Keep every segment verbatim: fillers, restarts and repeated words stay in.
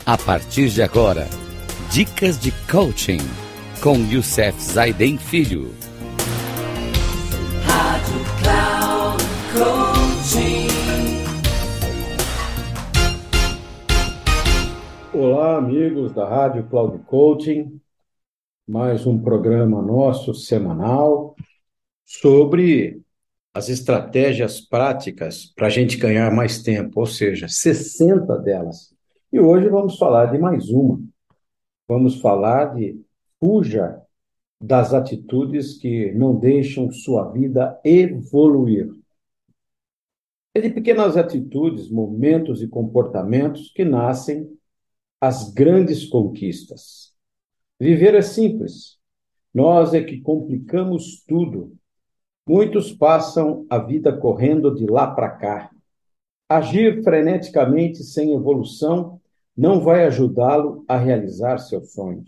A partir de agora, dicas de coaching com Youssef Zaiden Filho. Rádio Cloud Coaching. Olá, amigos da Rádio Cloud Coaching. Mais um programa nosso semanal sobre as estratégias práticas para a gente ganhar mais tempo, ou seja, sessenta delas. E hoje vamos falar de mais uma. Vamos falar de fuja das atitudes que não deixam sua vida evoluir. É de pequenas atitudes, momentos e comportamentos que nascem as grandes conquistas. Viver é simples. Nós é que complicamos tudo. Muitos passam a vida correndo de lá para cá. Agir freneticamente sem evolução não vai ajudá-lo a realizar seus sonhos.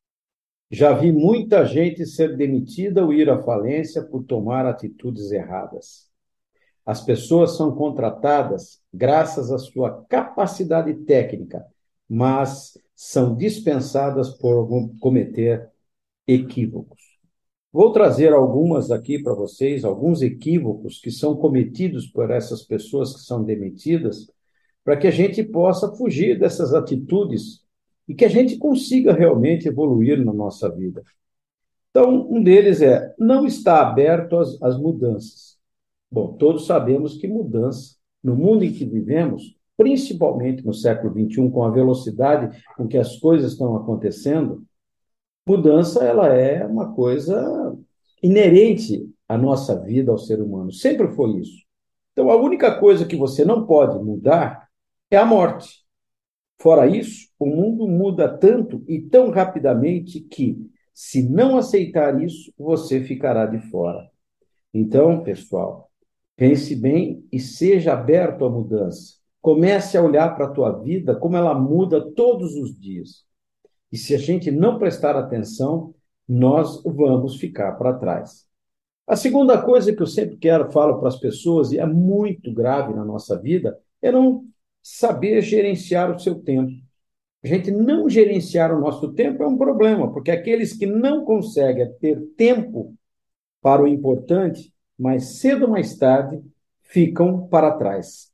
Já vi muita gente ser demitida ou ir à falência por tomar atitudes erradas. As pessoas são contratadas graças à sua capacidade técnica, mas são dispensadas por cometer equívocos. Vou trazer algumas aqui para vocês, alguns equívocos que são cometidos por essas pessoas que são demitidas, para que a gente possa fugir dessas atitudes e que a gente consiga realmente evoluir na nossa vida. Então, um deles é não estar aberto às, às mudanças. Bom, todos sabemos que mudança, no mundo em que vivemos, principalmente no século vinte e um, com a velocidade com que as coisas estão acontecendo, mudança ela é uma coisa inerente à nossa vida, ao ser humano. Sempre foi isso. Então, a única coisa que você não pode mudar é a morte. Fora isso, o mundo muda tanto e tão rapidamente que, se não aceitar isso, você ficará de fora. Então, pessoal, pense bem e seja aberto à mudança. Comece a olhar para a tua vida como ela muda todos os dias. E se a gente não prestar atenção, nós vamos ficar para trás. A segunda coisa que eu sempre quero falo para as pessoas, e é muito grave na nossa vida, é não saber gerenciar o seu tempo. A gente não gerenciar o nosso tempo é um problema, porque aqueles que não conseguem ter tempo para o importante, mais cedo ou mais tarde, ficam para trás.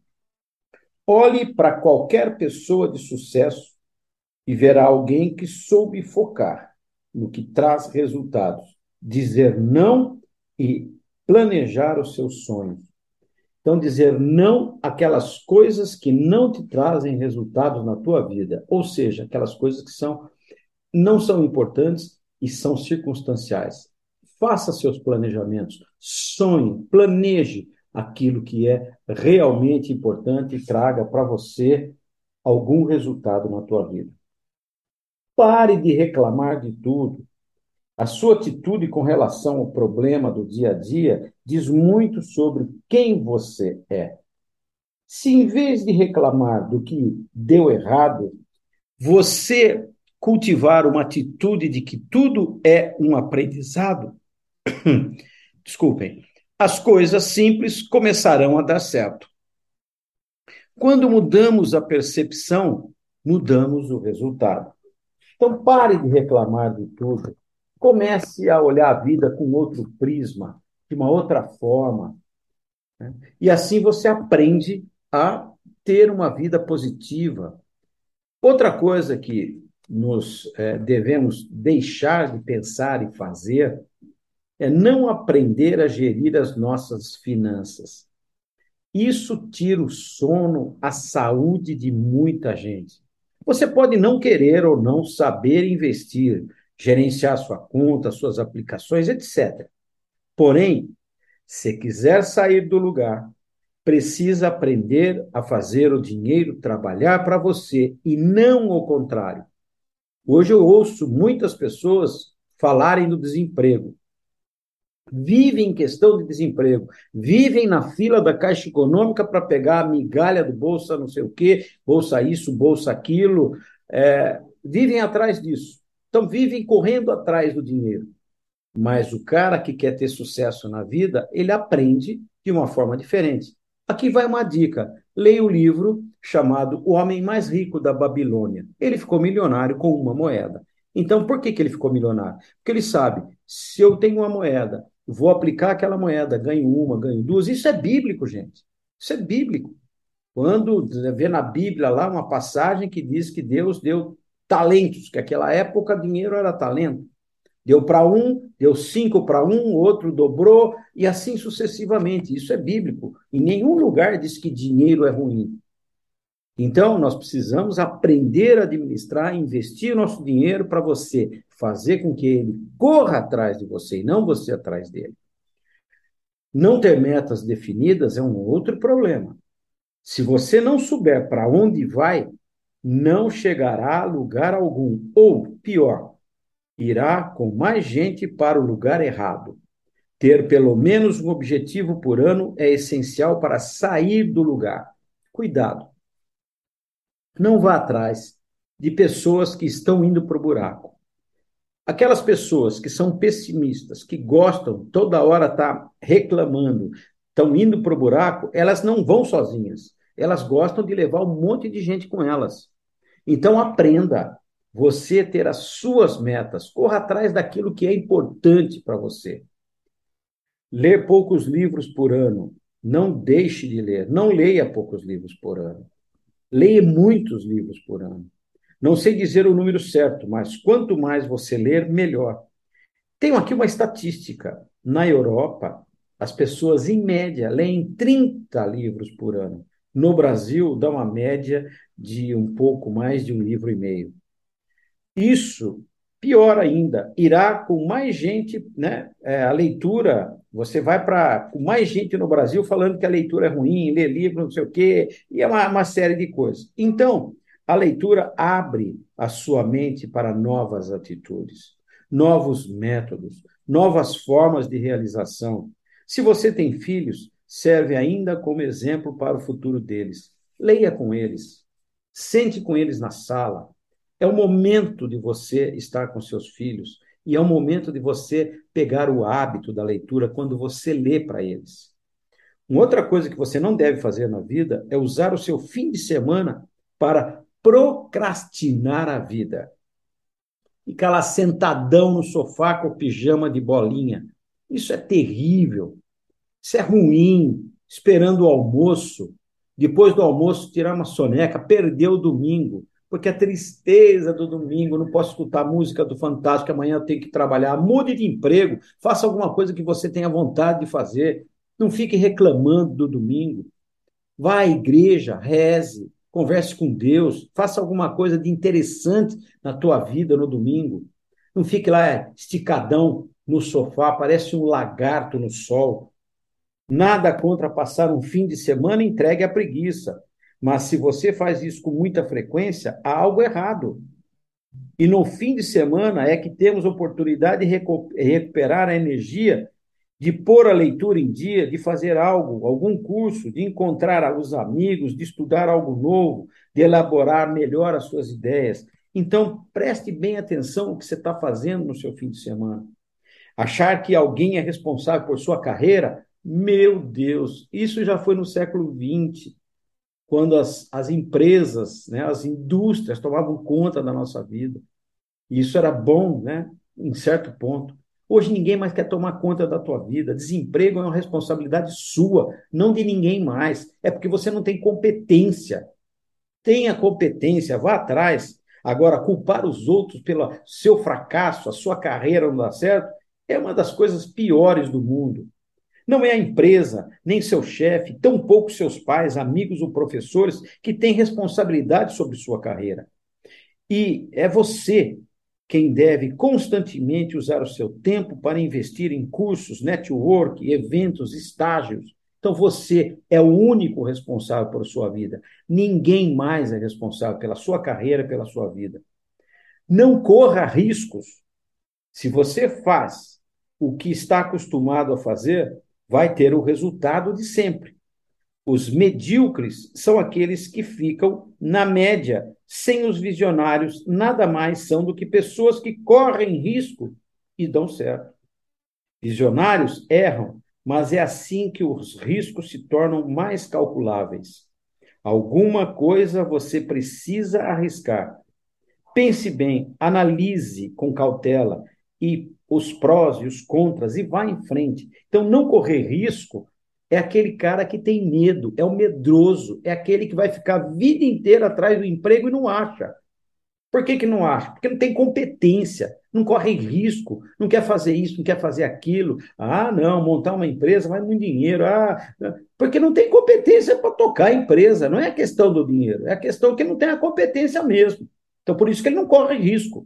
Olhe para qualquer pessoa de sucesso e verá alguém que soube focar no que traz resultados, dizer não e planejar os seus sonhos. Então, dizer não àquelas coisas que não te trazem resultados na tua vida, ou seja, aquelas coisas que são, não são importantes e são circunstanciais. Faça seus planejamentos, sonhe, planeje aquilo que é realmente importante e traga para você algum resultado na tua vida. Pare de reclamar de tudo. A sua atitude com relação ao problema do dia a dia diz muito sobre quem você é. Se em vez de reclamar do que deu errado, você cultivar uma atitude de que tudo é um aprendizado, desculpem, as coisas simples começarão a dar certo. Quando mudamos a percepção, mudamos o resultado. Então, pare de reclamar de tudo. Comece a olhar a vida com outro prisma, de uma outra forma. Né? E assim você aprende a ter uma vida positiva. Outra coisa que nós é, devemos deixar de pensar e fazer é não aprender a gerir as nossas finanças. Isso tira o sono, a saúde de muita gente. Você pode não querer ou não saber investir, gerenciar sua conta, suas aplicações, etcétera. Porém, se quiser sair do lugar, precisa aprender a fazer o dinheiro trabalhar para você e não o contrário. Hoje eu ouço muitas pessoas falarem do desemprego. Vivem em questão de desemprego, vivem na fila da Caixa Econômica para pegar a migalha do bolsa não sei o quê, bolsa isso, bolsa aquilo, é, vivem atrás disso. Então, vivem correndo atrás do dinheiro. Mas o cara que quer ter sucesso na vida, ele aprende de uma forma diferente. Aqui vai uma dica. Leia o livro chamado O Homem Mais Rico da Babilônia. Ele ficou milionário com uma moeda. Então, por que que ele ficou milionário? Porque ele sabe, se eu tenho uma moeda, vou aplicar aquela moeda, ganho uma, ganho duas. Isso é bíblico, gente. Isso é bíblico. Quando vê na Bíblia lá uma passagem que diz que Deus deu talentos, que naquela época dinheiro era talento. Deu para um, deu cinco para um, outro dobrou, e assim sucessivamente. Isso é bíblico. Em nenhum lugar diz que dinheiro é ruim. Então, nós precisamos aprender a administrar, investir nosso dinheiro para você fazer com que ele corra atrás de você e não você atrás dele. Não ter metas definidas é um outro problema. Se você não souber para onde vai, não chegará a lugar algum. Ou, pior, irá com mais gente para o lugar errado. Ter pelo menos um objetivo por ano é essencial para sair do lugar. Cuidado. Não vá atrás de pessoas que estão indo para o buraco. Aquelas pessoas que são pessimistas, que gostam, toda hora tá reclamando, estão indo para o buraco, elas não vão sozinhas. Elas gostam de levar um monte de gente com elas. Então aprenda você ter as suas metas, corra atrás daquilo que é importante para você. Ler poucos livros por ano. Não deixe de ler. Não leia poucos livros por ano. Leia muitos livros por ano. Não sei dizer o número certo, mas quanto mais você ler, melhor. Tenho aqui uma estatística. Na Europa, as pessoas, em média, leem trinta livros por ano. No Brasil, dá uma média de um pouco mais de um livro e meio. Isso, pior ainda, irá com mais gente, né? É, a leitura, você vai para com mais gente no Brasil falando que a leitura é ruim, ler livro, não sei o quê, e é uma, uma série de coisas. Então, a leitura abre a sua mente para novas atitudes, novos métodos, novas formas de realização. Se você tem filhos, serve ainda como exemplo para o futuro deles. Leia com eles, sente com eles na sala. É o momento de você estar com seus filhos e é o momento de você pegar o hábito da leitura quando você lê para eles. Uma outra coisa que você não deve fazer na vida é usar o seu fim de semana para procrastinar a vida. Ficar lá sentadão no sofá com o pijama de bolinha. Isso é terrível. Isso é ruim. Esperando o almoço. Depois do almoço, tirar uma soneca, perder o domingo. Porque a tristeza do domingo, não posso escutar a música do Fantástico, amanhã eu tenho que trabalhar. Mude de emprego, faça alguma coisa que você tenha vontade de fazer. Não fique reclamando do domingo. Vá à igreja, reze, converse com Deus, faça alguma coisa de interessante na tua vida no domingo. Não fique lá esticadão no sofá, parece um lagarto no sol. Nada contra passar um fim de semana entregue à preguiça. Mas se você faz isso com muita frequência, há algo errado. E no fim de semana é que temos oportunidade de recuperar a energia, de pôr a leitura em dia, de fazer algo, algum curso, de encontrar os amigos, de estudar algo novo, de elaborar melhor as suas ideias. Então, preste bem atenção no que você está fazendo no seu fim de semana. Achar que alguém é responsável por sua carreira, meu Deus, isso já foi no século vinte. Quando as, as empresas, né, as indústrias tomavam conta da nossa vida. E isso era bom, né, em certo ponto. Hoje ninguém mais quer tomar conta da tua vida. Desemprego é uma responsabilidade sua, não de ninguém mais. É porque você não tem competência. Tenha competência, vá atrás. Agora, culpar os outros pelo seu fracasso, a sua carreira não dar certo, é uma das coisas piores do mundo. Não é a empresa, nem seu chefe, tampouco seus pais, amigos ou professores que têm responsabilidade sobre sua carreira. E é você quem deve constantemente usar o seu tempo para investir em cursos, network, eventos, estágios. Então você é o único responsável por sua vida. Ninguém mais é responsável pela sua carreira, pela sua vida. Não corra riscos. Se você faz o que está acostumado a fazer, vai ter o resultado de sempre. Os medíocres são aqueles que ficam na média, sem os visionários, nada mais são do que pessoas que correm risco e dão certo. Visionários erram, mas é assim que os riscos se tornam mais calculáveis. Alguma coisa você precisa arriscar. Pense bem, analise com cautela e os prós e os contras e vá em frente. Então, não correr risco é aquele cara que tem medo, é o medroso, é aquele que vai ficar a vida inteira atrás do emprego e não acha. Por que que não acha? Porque não tem competência, não corre risco, não quer fazer isso, não quer fazer aquilo. Ah, não, montar uma empresa vai muito dinheiro. Ah, porque não tem competência para tocar a empresa. Não é a questão do dinheiro, é a questão que não tem a competência mesmo. Então, por isso que ele não corre risco.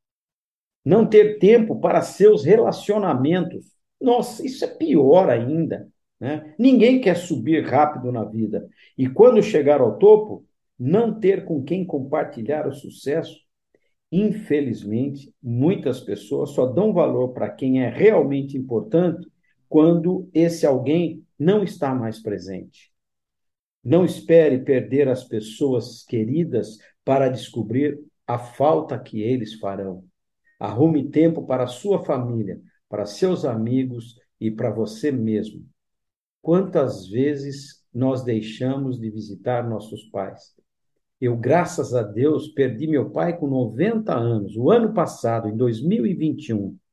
Não ter tempo para seus relacionamentos. Nossa, isso é pior ainda, né? Ninguém quer subir rápido na vida. E quando chegar ao topo, não ter com quem compartilhar o sucesso. Infelizmente, muitas pessoas só dão valor para quem é realmente importante quando esse alguém não está mais presente. Não espere perder as pessoas queridas para descobrir a falta que eles farão. Arrume tempo para a sua família, para seus amigos e para você mesmo. Quantas vezes nós deixamos de visitar nossos pais? Eu, graças a Deus, perdi meu pai com noventa anos, o ano passado, em dois mil e vinte e um.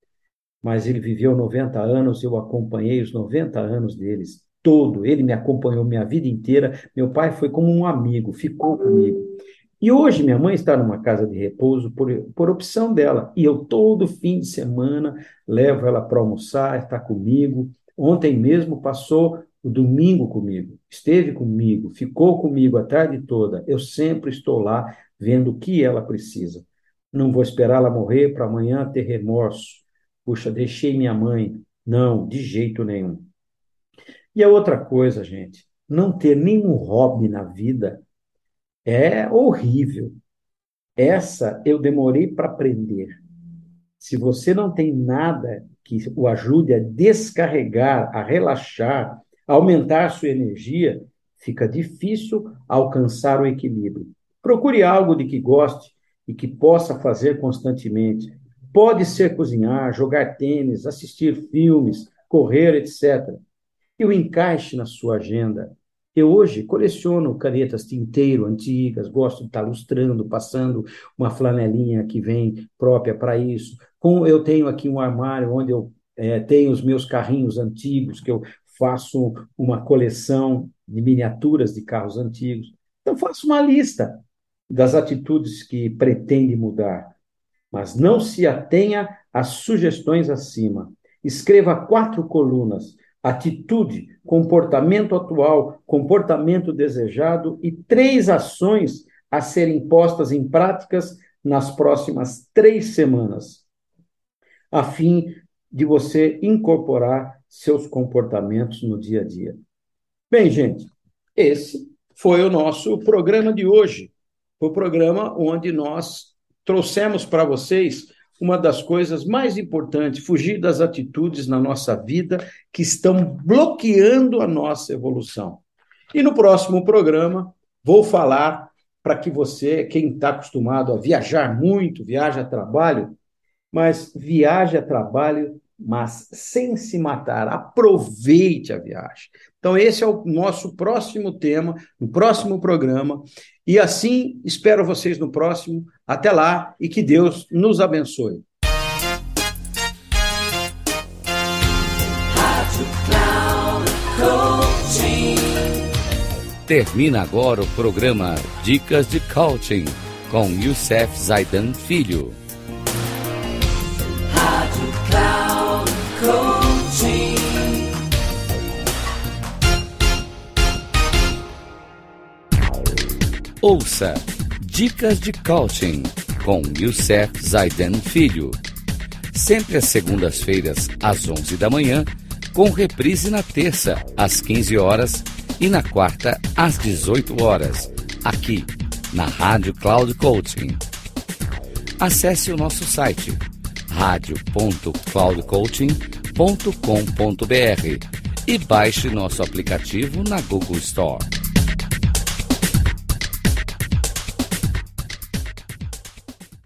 Mas ele viveu noventa anos, eu acompanhei os noventa anos deles, todo. Ele me acompanhou minha vida inteira. Meu pai foi como um amigo, ficou comigo. E hoje minha mãe está numa casa de repouso por, por opção dela. E eu, todo fim de semana, levo ela para almoçar, está comigo. Ontem mesmo passou o domingo comigo, esteve comigo, ficou comigo a tarde toda. Eu sempre estou lá vendo o que ela precisa. Não vou esperar ela morrer para amanhã ter remorso. Puxa, deixei minha mãe. Não, de jeito nenhum. E a outra coisa, gente, não ter nenhum hobby na vida é horrível. Essa eu demorei para aprender. Se você não tem nada que o ajude a descarregar, a relaxar, a aumentar a sua energia, fica difícil alcançar o equilíbrio. Procure algo de que goste e que possa fazer constantemente. Pode ser cozinhar, jogar tênis, assistir filmes, correr, etcétera. E o encaixe na sua agenda. Eu hoje coleciono canetas tinteiro antigas, gosto de estar lustrando, passando uma flanelinha que vem própria para isso. Com, eu tenho aqui um armário onde eu é, tenho os meus carrinhos antigos, que eu faço uma coleção de miniaturas de carros antigos. Então, faço uma lista das atitudes que pretende mudar. Mas não se atenha às sugestões acima. Escreva quatro colunas: atitude, comportamento atual, comportamento desejado e três ações a serem postas em práticas nas próximas três semanas, a fim de você incorporar seus comportamentos no dia a dia. Bem, gente, esse foi o nosso programa de hoje. O programa onde nós trouxemos para vocês uma das coisas mais importantes, fugir das atitudes na nossa vida que estão bloqueando a nossa evolução. E no próximo programa, vou falar para que você, quem está acostumado a viajar muito, viaja a trabalho, mas viaje a trabalho, mas sem se matar. Aproveite a viagem. Então, esse é o nosso próximo tema, no próximo programa. E assim, espero vocês no próximo. Até lá e que Deus nos abençoe. Termina agora o programa Dicas de Coaching com Youssef Zaidan Filho. Rádio Cloud Coaching. Ouça Dicas de Coaching com Youssef Zaidan Filho. Sempre às segundas-feiras, às onze da manhã, com reprise na terça, às quinze horas e na quarta, às dezoito horas, aqui na Rádio Cloud Coaching. Acesse o nosso site rádio ponto cloud coaching ponto com ponto b r e baixe nosso aplicativo na Google Store.